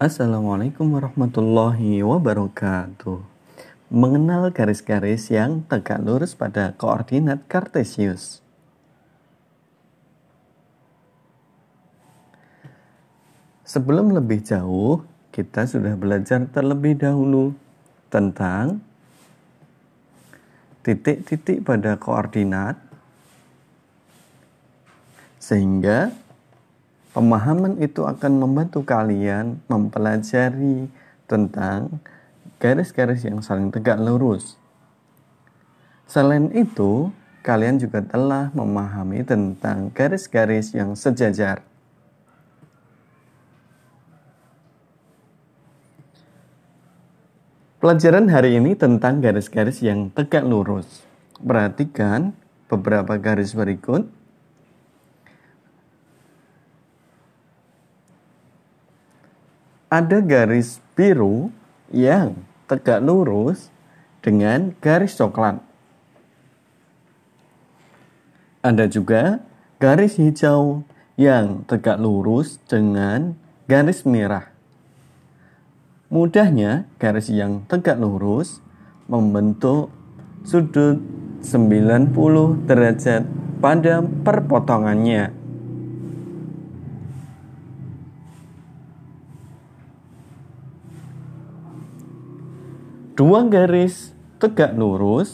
Assalamualaikum warahmatullahi wabarakatuh. Mengenal garis-garis yang tegak lurus pada koordinat kartesius. Sebelum lebih jauh, kita sudah belajar terlebih dahulu tentang titik-titik pada koordinat, sehingga pemahaman itu akan membantu kalian mempelajari tentang garis-garis yang saling tegak lurus. Selain itu, kalian juga telah memahami tentang garis-garis yang sejajar. Pelajaran hari ini tentang garis-garis yang tegak lurus. Perhatikan beberapa garis berikut. Ada garis biru yang tegak lurus dengan garis coklat. Ada juga garis hijau yang tegak lurus dengan garis merah. Mudahnya, garis yang tegak lurus membentuk sudut 90 derajat pada perpotongannya. Dua garis tegak lurus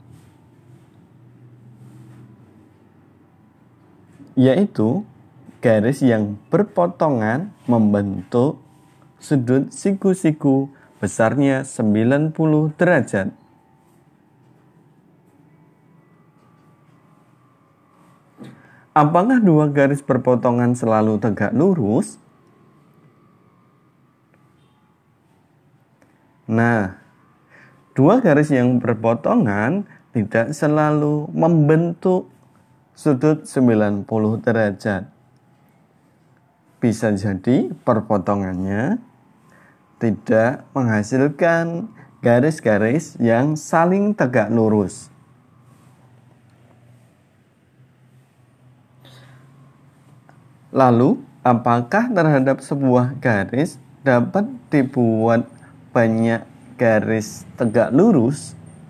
yaitu garis yang berpotongan membentuk sudut siku-siku besarnya 90 derajat. Apakah dua garis berpotongan selalu tegak lurus? Nah, dua garis yang berpotongan tidak selalu membentuk sudut 90 derajat. Bisa jadi perpotongannya tidak menghasilkan garis-garis yang saling tegak lurus. Lalu, apakah terhadap sebuah garis dapat dibuat banyak garis tegak lurus?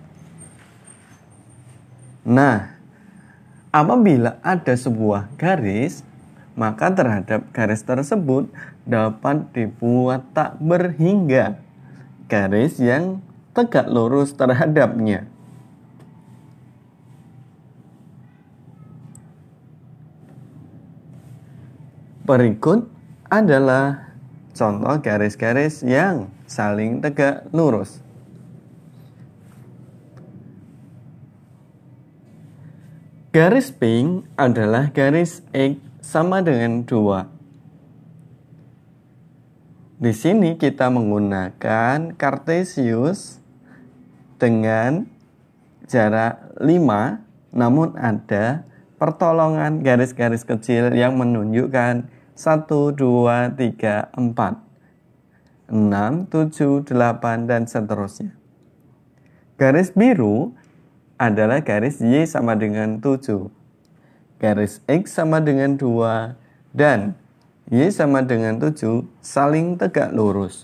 Nah, apabila ada sebuah garis, maka terhadap garis tersebut dapat dibuat tak berhingga garis yang tegak lurus terhadapnya. Berikut adalah contoh garis-garis yang saling tegak lurus. Garis pink adalah garis X sama dengan 2. Di sini kita menggunakan kartesius dengan jarak 5, namun ada pertolongan garis-garis kecil yang menunjukkan 1, 2, 3, 4, 6, 7, 8, dan seterusnya. Garis biru adalah garis Y sama dengan 7. Garis X sama dengan 2 dan Y sama dengan 7 saling tegak lurus.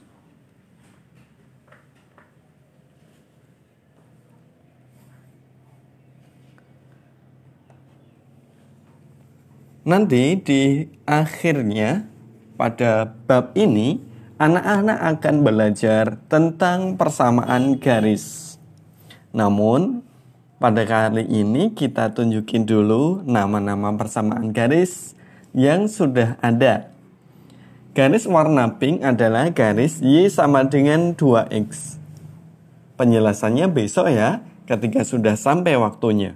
Nanti di akhirnya pada bab ini anak-anak akan belajar tentang persamaan garis. Namun pada kali ini kita tunjukin dulu nama-nama persamaan garis yang sudah ada. Garis warna pink adalah garis Y sama dengan 2X. Penjelasannya besok ya, ketika sudah sampai waktunya.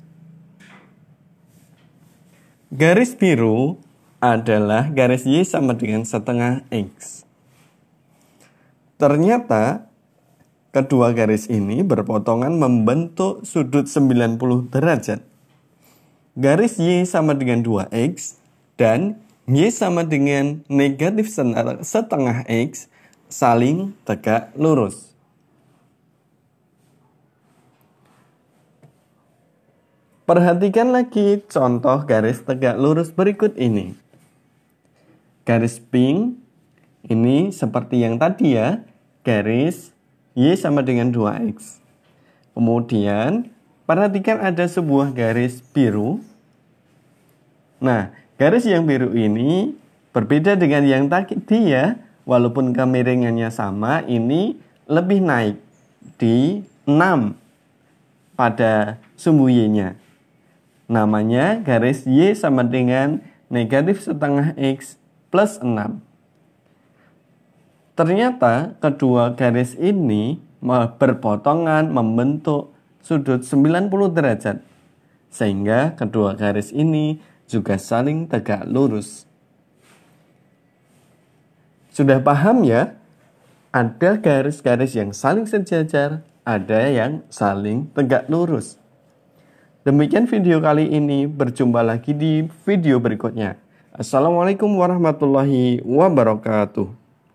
Garis biru adalah garis Y sama dengan setengah X. Ternyata kedua garis ini berpotongan membentuk sudut 90 derajat. Garis Y sama dengan 2X dan Y sama dengan negatif setengah X saling tegak lurus. Perhatikan lagi contoh garis tegak lurus berikut ini. Garis pink Ini seperti yang tadi ya, garis Y sama dengan 2X. Kemudian, perhatikan ada sebuah garis biru. Nah, garis yang biru ini berbeda dengan yang tadi ya. Walaupun kemiringannya sama, ini lebih naik di 6 pada sumbu Y-nya. Namanya garis Y sama dengan negatif setengah X plus 6. Ternyata kedua garis ini berpotongan membentuk sudut 90 derajat. Sehingga kedua garis ini juga saling tegak lurus. Sudah paham ya? Ada garis-garis yang saling sejajar, ada yang saling tegak lurus. Demikian video kali ini, berjumpa lagi di video berikutnya. Assalamualaikum warahmatullahi wabarakatuh.